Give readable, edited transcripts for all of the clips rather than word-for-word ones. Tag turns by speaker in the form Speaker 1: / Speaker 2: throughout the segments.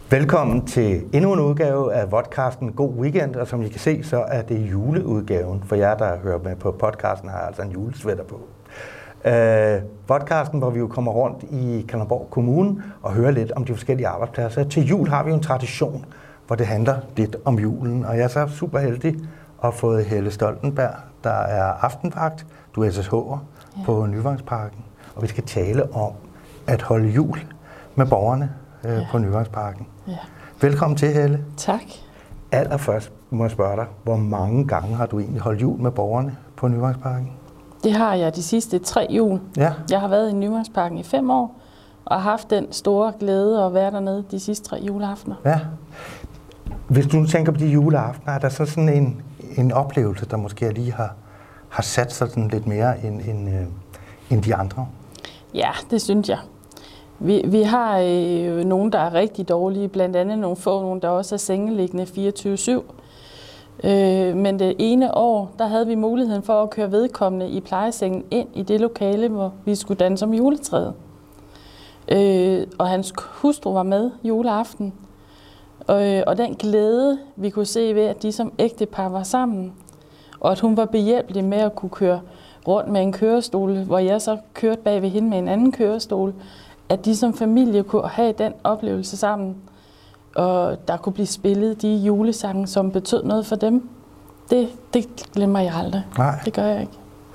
Speaker 1: Velkommen til endnu en udgave af podcasten God Weekend, og som I kan se, så er det juleudgaven. For jer, der hører med på podcasten, har altså en julesvætter på. Podcasten, hvor vi jo kommer rundt i Kalundborg Kommune og hører lidt om de forskellige arbejdspladser. Til jul har vi jo en tradition, hvor det handler lidt om julen, og jeg er så super heldig at have fået Helle Stoltenberg, der er aftenvagt. Du er SSH'er på Nyvangsparken, og vi skal tale om at holde jul med borgerne på Nyvangsparken. Ja. Velkommen til, Helle.
Speaker 2: Tak.
Speaker 1: Allerførst må jeg spørge dig, hvor mange gange har du egentlig holdt jul med borgerne på Nyvangsparken?
Speaker 2: Det har jeg de sidste 3 jul. Ja. Jeg har været i Nyvangsparken i 5 år, og har haft den store glæde at være dernede de sidste 3 juleaftener.
Speaker 1: Ja. Hvis du tænker på de juleaftener, er der så sådan en oplevelse, der måske lige har sat sig sådan lidt mere end de andre?
Speaker 2: Ja, det synes jeg. Vi har nogen, der er rigtig dårlige, blandt andet nogle, der også er sengeliggende 24/7. Men det ene år, der havde vi muligheden for at køre vedkommende i plejesengen ind i det lokale, hvor vi skulle danse om juletræet. Og hans hustru var med juleaften. Og den glæde, vi kunne se ved, at de som ægtepar var sammen, og at hun var behjælpelig med at kunne køre rundt med en kørestol, hvor jeg så kørte bag ved hende med en anden kørestol, at de som familie kunne have den oplevelse sammen, og der kunne blive spillet de julesange, som betød noget for dem. Det glemmer jeg aldrig.
Speaker 1: Nej.
Speaker 2: Det gør jeg ikke.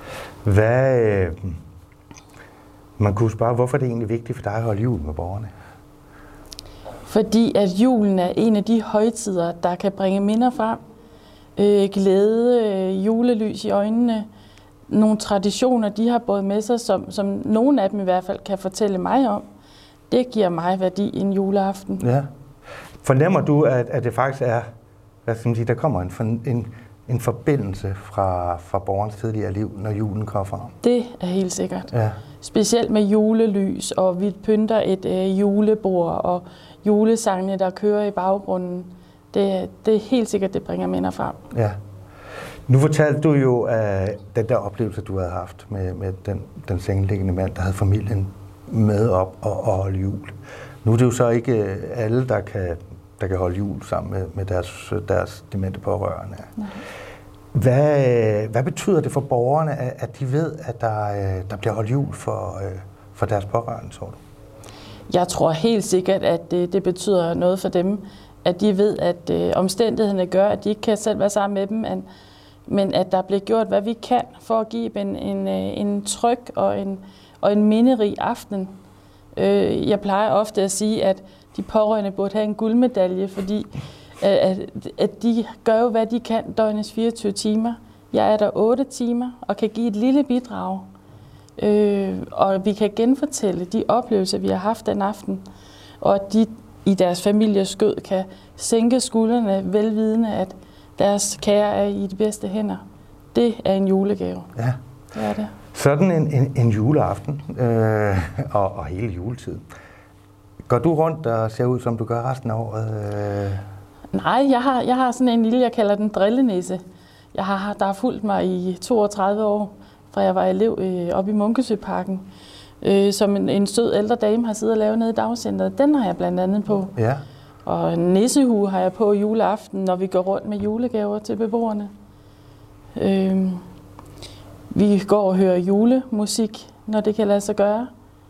Speaker 1: Man kunne spørge, hvorfor er det egentlig vigtigt for dig at holde jul med borgerne?
Speaker 2: Fordi at julen er en af de højtider, der kan bringe minder frem. Glæde, julelys i øjnene. Nogle traditioner, de har båret med sig, som nogle af dem i hvert fald kan fortælle mig om. Det giver mig værdi en juleaften. Ja.
Speaker 1: Fornemmer du, at det faktisk er, hvad skal man sige, der kommer en forbindelse fra borgernes tidligere liv, når julen kommer frem?
Speaker 2: Det er helt sikkert. Ja. Specielt med julelys, og vi pynter et julebord, og julesangene, der kører i baggrunden. Det er helt sikkert, det bringer minder frem. Ja.
Speaker 1: Nu fortalte du jo den der oplevelse, du havde haft med den sengeliggende mand, der havde familien med op og holde jul. Nu er det jo så ikke alle, der kan holde jul sammen med deres demente pårørende. Hvad betyder det for borgerne, at de ved, at der bliver holdt jul for deres pårørende, tror du?
Speaker 2: Jeg tror helt sikkert, at det betyder noget for dem, at de ved, at omstændighederne gør, at de ikke kan selv være sammen med dem, men at der bliver gjort, hvad vi kan for at give dem en tryg og en minderig aften. Jeg plejer ofte at sige, at de pårørende burde have en guldmedalje, fordi at de gør jo, hvad de kan døgnets 24 timer. Jeg er der 8 timer og kan give et lille bidrag. Og vi kan genfortælle de oplevelser, vi har haft den aften, og at de i deres familiers skød kan sænke skuldrene, velvidende, at deres kære er i de bedste hænder. Det er en julegave.
Speaker 1: Ja.
Speaker 2: Det er det.
Speaker 1: Sådan en juleaften og hele juletid. Går du rundt og ser ud, som du gør resten af året?
Speaker 2: Nej, jeg har sådan en lille, jeg kalder den drillenisse. Der har fulgt mig i 32 år, fra jeg var elev oppe i Munkesøparken. Som en sød ældre dame har siddet og lavet nede i dagcenteret. Den har jeg blandt andet på. Ja. Og en nissehue har jeg på juleaften, når vi går rundt med julegaver til beboerne. Vi går og hører julemusik, når det kan lade sig gøre.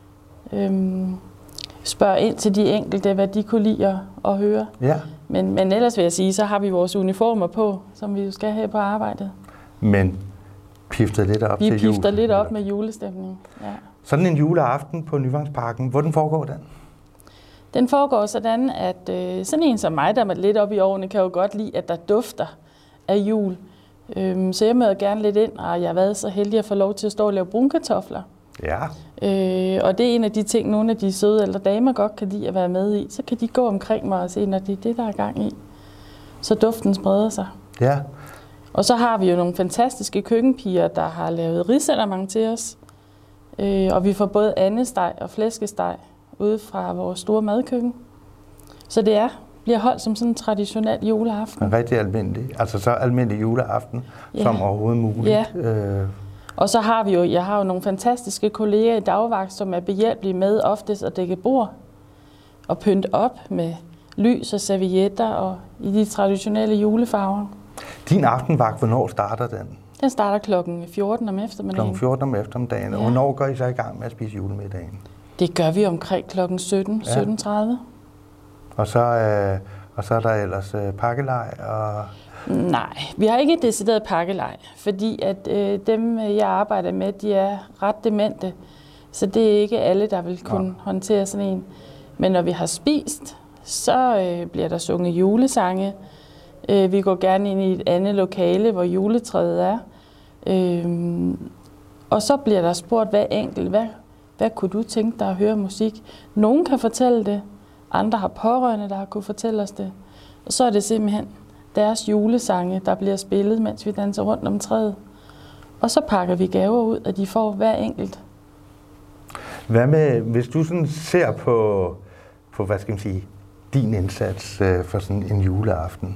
Speaker 2: Spørger ind til de enkelte, hvad de kunne lide at høre. Ja. Men ellers vil jeg sige, så har vi vores uniformer på, som vi jo skal have på arbejdet.
Speaker 1: Men pifter lidt op til jul? Vi
Speaker 2: pifter lidt op med julestemning, ja.
Speaker 1: Sådan en juleaften på Nyvangsparken, hvordan foregår den?
Speaker 2: Den foregår sådan, at sådan en som mig, der er lidt oppe i årene, kan jo godt lide, at der dufter af jul. Så jeg møder gerne lidt ind, og jeg har været så heldig at få lov til at stå og lave brunkartofler. Ja. Og det er en af de ting, nogle af de søde ældre damer godt kan lide at være med i. Så kan de gå omkring mig og se, når det er det, der er gang i. Så duften spreder sig. Ja. Og så har vi jo nogle fantastiske køkkenpiger, der har lavet risalamande til os. Og vi får både andesteg og flæskesteg ude fra vores store madkøkken. Så det bliver holdt som sådan en traditionel juleaften.
Speaker 1: En rigtig almindelig, altså så almindelig juleaften som overhovedet muligt. Ja.
Speaker 2: Og så har jeg har jo nogle fantastiske kolleger i dagvagt, som er behjælpelige med oftest at dække bord og pynte op med lys og servietter og i de traditionelle julefarver.
Speaker 1: Din aftenvagt, hvornår starter den?
Speaker 2: Den starter klokken 14 om eftermiddagen.
Speaker 1: Klokken 14 om eftermiddagen. Ja. Og hvornår går I så i gang med at spise julemiddagen?
Speaker 2: Det gør vi omkring klokken 17:30.
Speaker 1: Og så er der ellers pakkelej og...
Speaker 2: Nej, vi har ikke decideret pakkelej, fordi at dem, jeg arbejder med, de er ret demente. Så det er ikke alle, der vil kunne håndtere sådan en. Men når vi har spist, så bliver der sunget julesange. Vi går gerne ind i et andet lokale, hvor juletræet er. Og så bliver der spurgt hver enkelt, hvad kunne du tænke dig at høre musik? Nogen kan fortælle det, andre har pårørende, der har kunne fortælle os det. Og så er det simpelthen deres julesange, der bliver spillet, mens vi danser rundt om træet. Og så pakker vi gaver ud, og de får hver enkelt.
Speaker 1: Hvad med, hvis du sådan ser på hvad skal man sige, din indsats for sådan en juleaften?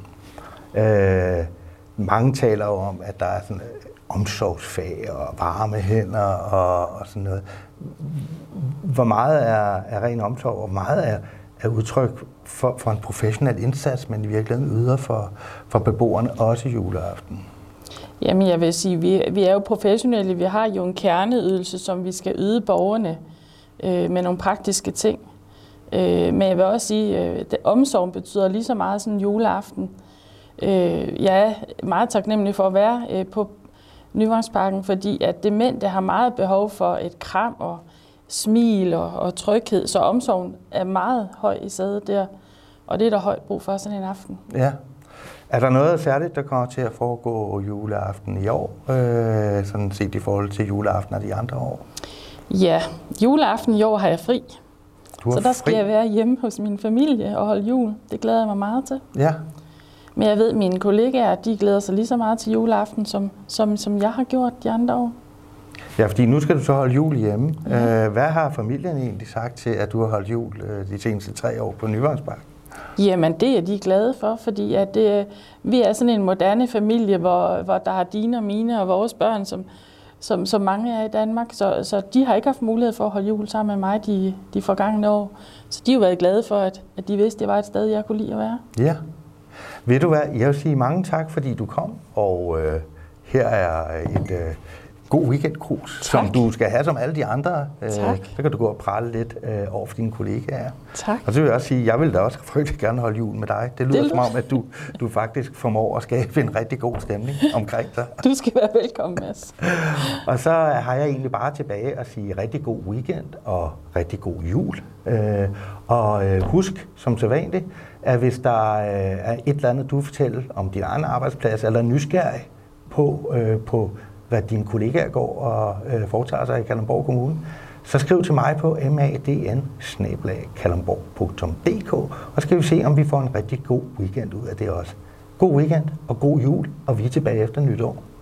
Speaker 1: Mange taler jo om, at der er sådan omsorgsfag og varme hænder og sådan noget. Hvor meget er ren omsorg, og hvor meget er udtryk for en professionel indsats, men i virkeligheden yder for beboerne også juleaften?
Speaker 2: Jamen jeg vil sige, vi er jo professionelle. Vi har jo en kerneydelse, som vi skal yde borgerne med nogle praktiske ting. Men jeg vil også sige, at omsorgen betyder lige så meget sådan en juleaften. Jeg er meget taknemmelig for at være på Nyvangsparken, fordi at demente har meget behov for et kram og smil og tryghed, så omsorgen er meget høj i sædet der, og det er der højt brug for sådan en aften.
Speaker 1: Ja. Er der noget særligt, der kommer til at foregå juleaften i år, sådan set i forhold til juleaften af de andre år?
Speaker 2: Ja, juleaften i år har jeg fri. Så der skal jeg være hjemme hos min familie og holde jul. Det glæder jeg mig meget til. Ja. Men jeg ved, at mine kollegaer, de glæder sig lige så meget til juleaften, som jeg har gjort de andre år.
Speaker 1: Ja, fordi nu skal du så holde jul hjemme. Ja. Hvad har familien egentlig sagt til, at du har holdt jul de seneste 3 år på Nyvangsparken?
Speaker 2: Jamen, det er de glade for, fordi at vi er sådan en moderne familie, hvor der er dine og mine og vores børn, som mange er i Danmark. Så de har ikke haft mulighed for at holde jul sammen med mig de forgangne år. Så de har jo været glade for, at de vidste, at det var et sted, jeg kunne lide at være. Ja.
Speaker 1: Ved du hvad, jeg vil sige mange tak, fordi du kom, og her er et god weekendkrus, som du skal have som alle de andre. Så kan du gå og prale lidt over for dine kollegaer.
Speaker 2: Tak.
Speaker 1: Og så vil jeg også sige, jeg vil da også frygtelig gerne holde jul med dig. Det lyder som om, at du faktisk formår at skabe en rigtig god stemning omkring dig.
Speaker 2: Du skal være velkommen, Mads.
Speaker 1: Og så har jeg egentlig bare tilbage at sige rigtig god weekend og rigtig god jul. Og husk, som sædvanligt, at hvis der er et eller andet, du vil fortælle om din egen arbejdsplads, eller nysgerrig på hvad dine kollegaer går og foretager sig i Kalundborg Kommune, så skriv til mig på madn@kalundborg.dk, og så skal vi se, om vi får en rigtig god weekend ud af det også. God weekend og god jul, og vi er tilbage efter nytår.